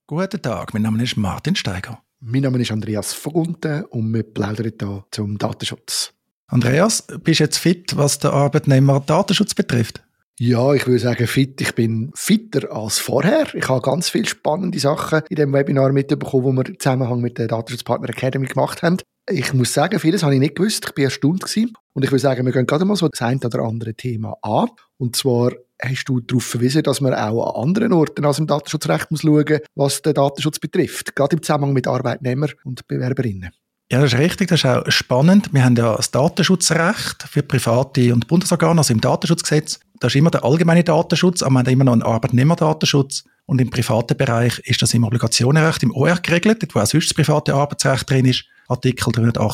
Guten Tag, mein Name ist Martin Steiger. Mein Name ist Andreas Vogunten und wir plaudern hier zum Datenschutz. Andreas, bist du jetzt fit, was den Arbeitnehmer Datenschutz betrifft? Ja, ich würde sagen fit. Ich bin fitter als vorher. Ich habe ganz viele spannende Sachen in dem Webinar mitbekommen, die wir im Zusammenhang mit der Datenschutzpartner Academy gemacht haben. Ich muss sagen, vieles habe ich nicht gewusst. Ich bin erstaunt gewesen. Und ich würde sagen, wir gehen gerade mal so das ein oder andere Thema an. Und zwar hast du darauf verwiesen, dass man auch an anderen Orten als im Datenschutzrecht muss schauen, was den Datenschutz betrifft. Gerade im Zusammenhang mit Arbeitnehmern und Bewerberinnen. Ja, das ist richtig, das ist auch spannend. Wir haben ja das Datenschutzrecht für private und Bundesorgane, also im Datenschutzgesetz. Da ist immer der allgemeine Datenschutz, aber wir haben immer noch einen Arbeitnehmerdatenschutz. Und im privaten Bereich ist das im Obligationenrecht, im OR geregelt, dort wo auch sonst das private Arbeitsrecht drin ist. Artikel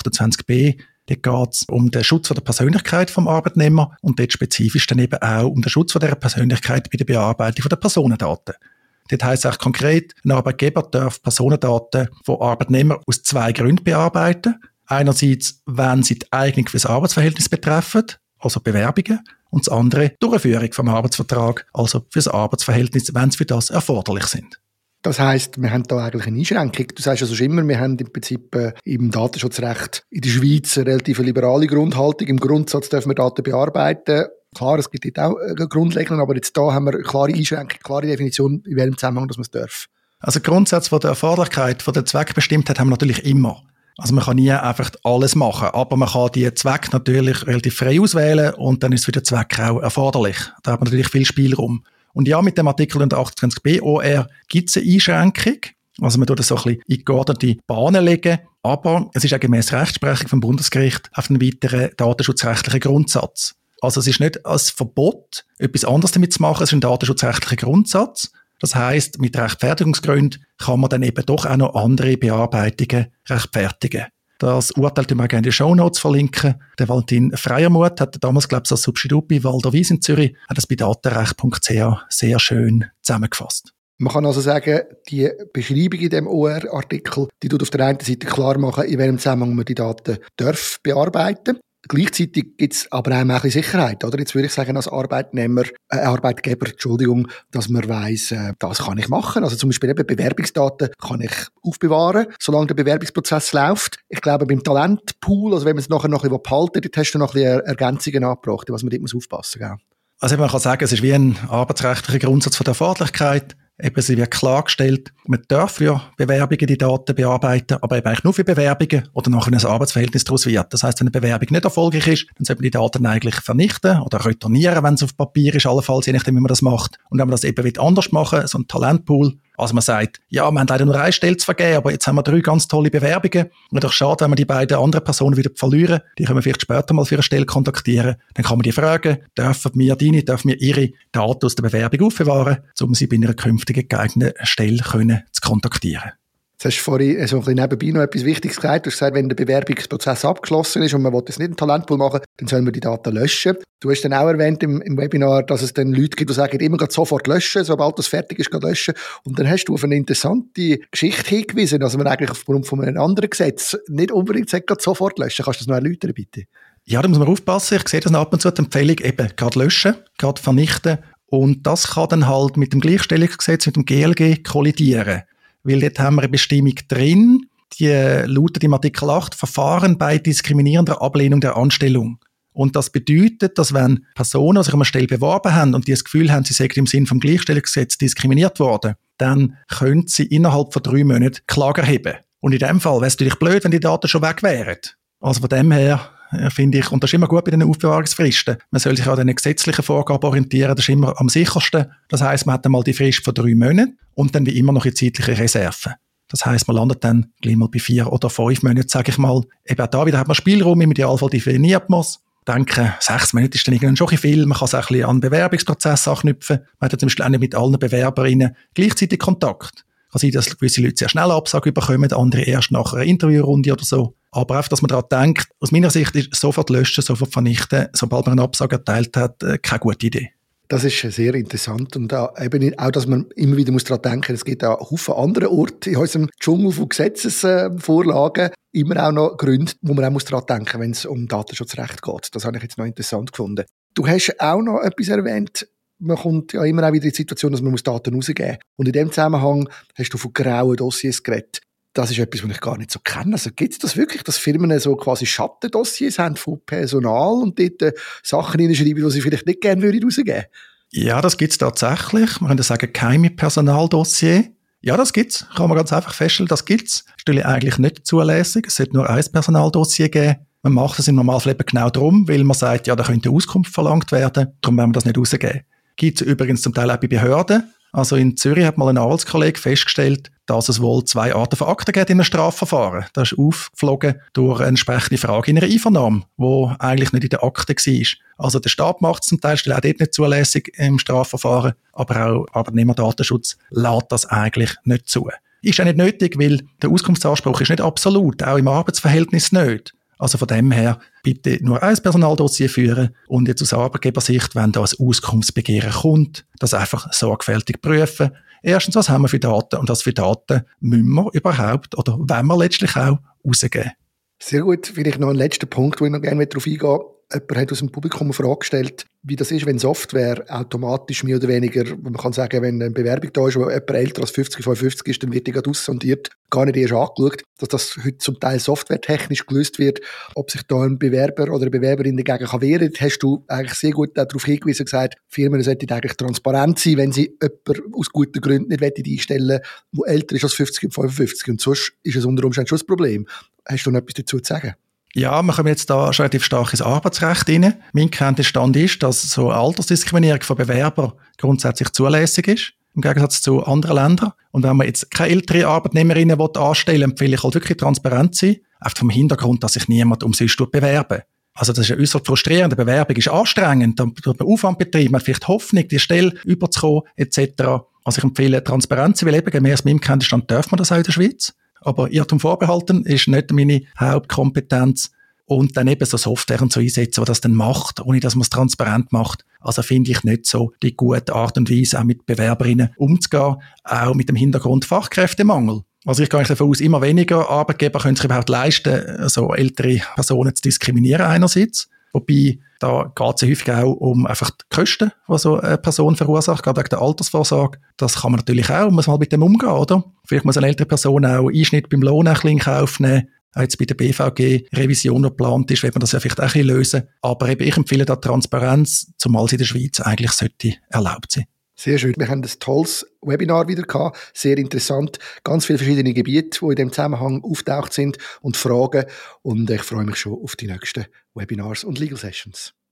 328b, dort geht es um den Schutz der Persönlichkeit vom Arbeitnehmer und dort spezifisch dann eben auch um den Schutz von dieser Persönlichkeit bei der Bearbeitung der Personendaten. Dort heisst es auch konkret, ein Arbeitgeber darf Personendaten von Arbeitnehmern aus 2 Gründen bearbeiten. Einerseits, wenn sie die Eignung für das Arbeitsverhältnis betreffen, also Bewerbungen, und das andere, Durchführung vom Arbeitsvertrag, also für das Arbeitsverhältnis, wenn sie für das erforderlich sind. Das heisst, wir haben da eigentlich eine Einschränkung. Du sagst ja sonst immer, wir haben im Prinzip im Datenschutzrecht in der Schweiz eine relativ liberale Grundhaltung. Im Grundsatz dürfen wir Daten bearbeiten. Klar, es gibt jetzt auch Grundregeln, aber jetzt da haben wir eine klare Einschränkung, klare Definition, in welchem Zusammenhang dass man es darf. Also Grundsatz von der Erforderlichkeit, von der Zweckbestimmtheit haben wir natürlich immer. Also man kann nie einfach alles machen, aber man kann die Zwecke natürlich relativ frei auswählen und dann ist es für den Zweck auch erforderlich. Da hat man natürlich viel Spielraum. Und ja, mit dem Artikel 128b OR gibt es eine Einschränkung. Also man tut das so ein bisschen in geordnete Bahnen legen, aber es ist auch gemäss Rechtsprechung vom Bundesgericht auf einen weiteren datenschutzrechtlichen Grundsatz. Also es ist nicht ein Verbot, etwas anderes damit zu machen, es ist ein datenschutzrechtlicher Grundsatz. Das heisst, mit Rechtfertigungsgründen kann man dann eben doch auch noch andere Bearbeitungen rechtfertigen. Das Urteil tun wir gerne in den Shownotes verlinken. Der Valentin Freiermuth hat damals, glaube ich, als Substitut bei Val d'Oise in Zürich, hat das bei datenrecht.ch sehr schön zusammengefasst. Man kann also sagen, die Beschreibung in dem OR-Artikel, die tut auf der einen Seite klar machen, in welchem Zusammenhang man die Daten bearbeiten darf. Gleichzeitig gibt es aber auch ein bisschen Sicherheit, oder? Jetzt würde ich sagen, als Arbeitgeber, dass man weiss, das kann ich machen. Also zum Beispiel eben Bewerbungsdaten kann ich aufbewahren, solange der Bewerbungsprozess läuft. Ich glaube, beim Talentpool, also wenn man es nachher noch ein bisschen behalten, dort hast du noch ein bisschen Ergänzungen angebracht, was man dort muss aufpassen muss. Also man kann sagen, es ist wie ein arbeitsrechtlicher Grundsatz von der Erforderlichkeit. Eben, sie wird klargestellt, man darf für Bewerbungen die Daten bearbeiten, aber eben eigentlich nur für Bewerbungen oder nachher ein Arbeitsverhältnis daraus wird. Das heisst, wenn eine Bewerbung nicht erfolgreich ist, dann sollte man die Daten eigentlich vernichten oder retournieren, wenn es auf Papier ist, allenfalls, je nachdem, wie man das macht. Und wenn man das eben anders machen will, so ein Talentpool, also man sagt, ja, wir haben leider nur eine Stelle zu vergeben, aber jetzt haben wir 3 ganz tolle Bewerbungen. Und doch schade, wenn wir die beiden anderen Personen wieder verlieren. Die können wir vielleicht später mal für eine Stelle kontaktieren. Dann kann man die fragen, dürfen wir ihre Daten aus der Bewerbung aufbewahren, um sie bei einer künftigen geeigneten Stelle zu kontaktieren. Jetzt hast du vorhin so ein bisschen nebenbei noch etwas Wichtiges gesagt. Du hast gesagt, wenn der Bewerbungsprozess abgeschlossen ist und man will jetzt nicht einen Talentpool machen, dann sollen wir die Daten löschen. Du hast dann auch erwähnt im Webinar, dass es dann Leute gibt, die sagen, immer sofort löschen, sobald das fertig ist, löschen. Und dann hast du auf eine interessante Geschichte hingewiesen, also man eigentlich aufgrund von einem anderen Gesetz nicht unbedingt sagt, sofort löschen. Kannst du das noch erläutern, bitte? Ja, da muss man aufpassen. Ich sehe das ab und zu, die Empfehlung eben gerade löschen, gerade vernichten. Und das kann dann halt mit dem Gleichstellungsgesetz, mit dem GLG kollidieren. Weil dort haben wir eine Bestimmung drin, die lautet im Artikel 8, Verfahren bei diskriminierender Ablehnung der Anstellung. Und das bedeutet, dass wenn Personen sich um eine Stelle beworben haben und die das Gefühl haben, sie seien im Sinne vom Gleichstellungsgesetz diskriminiert worden, dann können sie innerhalb von 3 Monaten Klage erheben. Und in dem Fall wäre es natürlich blöd, wenn die Daten schon weg wären. Also von dem her finde ich, und das ist immer gut bei den Aufbewahrungsfristen, man soll sich an den gesetzlichen Vorgaben orientieren, das ist immer am sichersten. Das heisst, man hat einmal die Frist von 3 Monaten und dann wie immer noch in zeitliche Reserve. Das heisst, man landet dann gleich mal bei 4 oder 5 Monaten, sage ich mal. Eben auch da wieder hat man Spielraum, im Idealfall definiert man es. Ich denke, 6 Monate ist dann irgendwann schon viel. Man kann es auch ein bisschen an den Bewerbungsprozess anknüpfen. Man hat ja zum Beispiel auch nicht mit allen Bewerberinnen gleichzeitig Kontakt. Kann sein, dass gewisse Leute sehr schnell Absage bekommen, andere erst nach einer Interviewrunde oder so. Aber einfach, dass man daran denkt, aus meiner Sicht ist sofort löschen, sofort vernichten, sobald man eine Absage erteilt hat, keine gute Idee. Das ist sehr interessant und eben auch, dass man immer wieder daran denken muss, es gibt auch Haufen andere Orte in unserem Dschungel von Gesetzesvorlagen, immer auch noch Gründe, wo man auch daran denken muss, wenn es um Datenschutzrecht geht. Das habe ich jetzt noch interessant gefunden. Du hast auch noch etwas erwähnt, man kommt ja immer auch wieder in die Situation, dass man Daten rausgeben muss. Und in dem Zusammenhang hast du von grauen Dossiers geredet. Das ist etwas, was ich gar nicht so kenne. Also gibt es das wirklich, dass Firmen so quasi Schattendossiers haben von Personal und dort Sachen hineinschreiben, die sie vielleicht nicht gerne rausgeben würden? Ja, das gibt's tatsächlich. Man könnte sagen, geheime Personaldossier. Ja, das gibt's. Kann man ganz einfach feststellen, das gibt's. Das ist eigentlich nicht zulässig. Es sollte nur ein Personaldossier geben. Man macht es im Normalfall eben genau darum, weil man sagt, ja, da könnte Auskunft verlangt werden. Darum werden wir das nicht rausgeben. Gibt es übrigens zum Teil auch bei Behörden. Also in Zürich hat mal ein Anwaltskollege festgestellt, dass es wohl 2 Arten von Akten gibt in einem Strafverfahren. Das ist aufgeflogen durch eine entsprechende Frage in einer Einvernahme, die eigentlich nicht in der Akte war. Also der Staat macht es zum Teil auch dort nicht zulässig im Strafverfahren, aber auch Arbeitnehmerdatenschutz lässt das eigentlich nicht zu. Ist auch nicht nötig, weil der Auskunftsanspruch ist nicht absolut, auch im Arbeitsverhältnis nicht. Also von dem her bitte nur ein Personaldossier führen und jetzt aus Arbeitgebersicht, wenn da ein Auskunftsbegehren kommt, das einfach sorgfältig prüfen. Erstens, was haben wir für Daten und was für Daten müssen wir überhaupt oder wollen wir letztlich auch rausgeben. Sehr gut. Vielleicht noch ein letzter Punkt, wo ich noch gerne darauf eingehe. Jemand hat aus dem Publikum eine Frage gestellt, wie das ist, wenn Software automatisch mehr oder weniger, man kann sagen, wenn eine Bewerbung da ist, wo jemand älter als 50, 55 ist, dann wird die gerade aussondiert, gar nicht erst angeschaut, dass das heute zum Teil softwaretechnisch gelöst wird, ob sich da ein Bewerber oder eine Bewerberin dagegen kann wehren. Hast du eigentlich sehr gut darauf hingewiesen und gesagt, Firmen sollten eigentlich transparent sein, wenn sie jemanden aus guten Gründen nicht einstellen wollen, der älter ist als 50 und 55. Und sonst ist es unter Umständen schon ein Problem. Hast du noch etwas dazu zu sagen? Ja, wir kommen jetzt da schon relativ stark ins Arbeitsrecht rein. Mein Kenntnisstand ist, dass so Altersdiskriminierung von Bewerbern grundsätzlich zulässig ist, im Gegensatz zu anderen Ländern. Und wenn man jetzt keine ältere Arbeitnehmerinnen anstellen will, empfehle ich halt wirklich transparent sein, einfach vom Hintergrund, dass sich niemand umsonst bewerben. Also das ist ja äußerst frustrierend. Eine Bewerbung ist anstrengend, dann wird man Aufwand betrieben, man hat vielleicht Hoffnung, die Stelle überzukommen, etc. Also ich empfehle Transparenz, weil eben gemäß meinem Kenntnisstand darf man das auch in der Schweiz. Aber Irrtum vorbehalten ist nicht meine Hauptkompetenz. Und dann eben so Software und so einsetzen, die das dann macht, ohne dass man es transparent macht. Also finde ich nicht so die gute Art und Weise, auch mit Bewerberinnen umzugehen, auch mit dem Hintergrund Fachkräftemangel. Also ich gehe davon aus, immer weniger Arbeitgeber können sich überhaupt leisten, so ältere Personen zu diskriminieren einerseits. Wobei, da geht es ja häufig auch um einfach die Kosten, die so eine Person verursacht, gerade wegen der Altersvorsorge. Das kann man natürlich auch, muss man halt mit dem umgehen, oder? Vielleicht muss eine ältere Person auch Einschnitt beim Lohn ein bisschen in Kauf nehmen. Auch jetzt bei der BVG-Revision, die geplant ist, wird man das ja vielleicht auch ein bisschen lösen. Aber eben, ich empfehle da Transparenz, zumal es in der Schweiz eigentlich sollte erlaubt sein. Sehr schön. Wir haben ein tolles Webinar wieder gehabt. Sehr interessant. Ganz viele verschiedene Gebiete, die in dem Zusammenhang auftaucht sind und Fragen. Und ich freue mich schon auf die nächsten Webinars und Legal Sessions.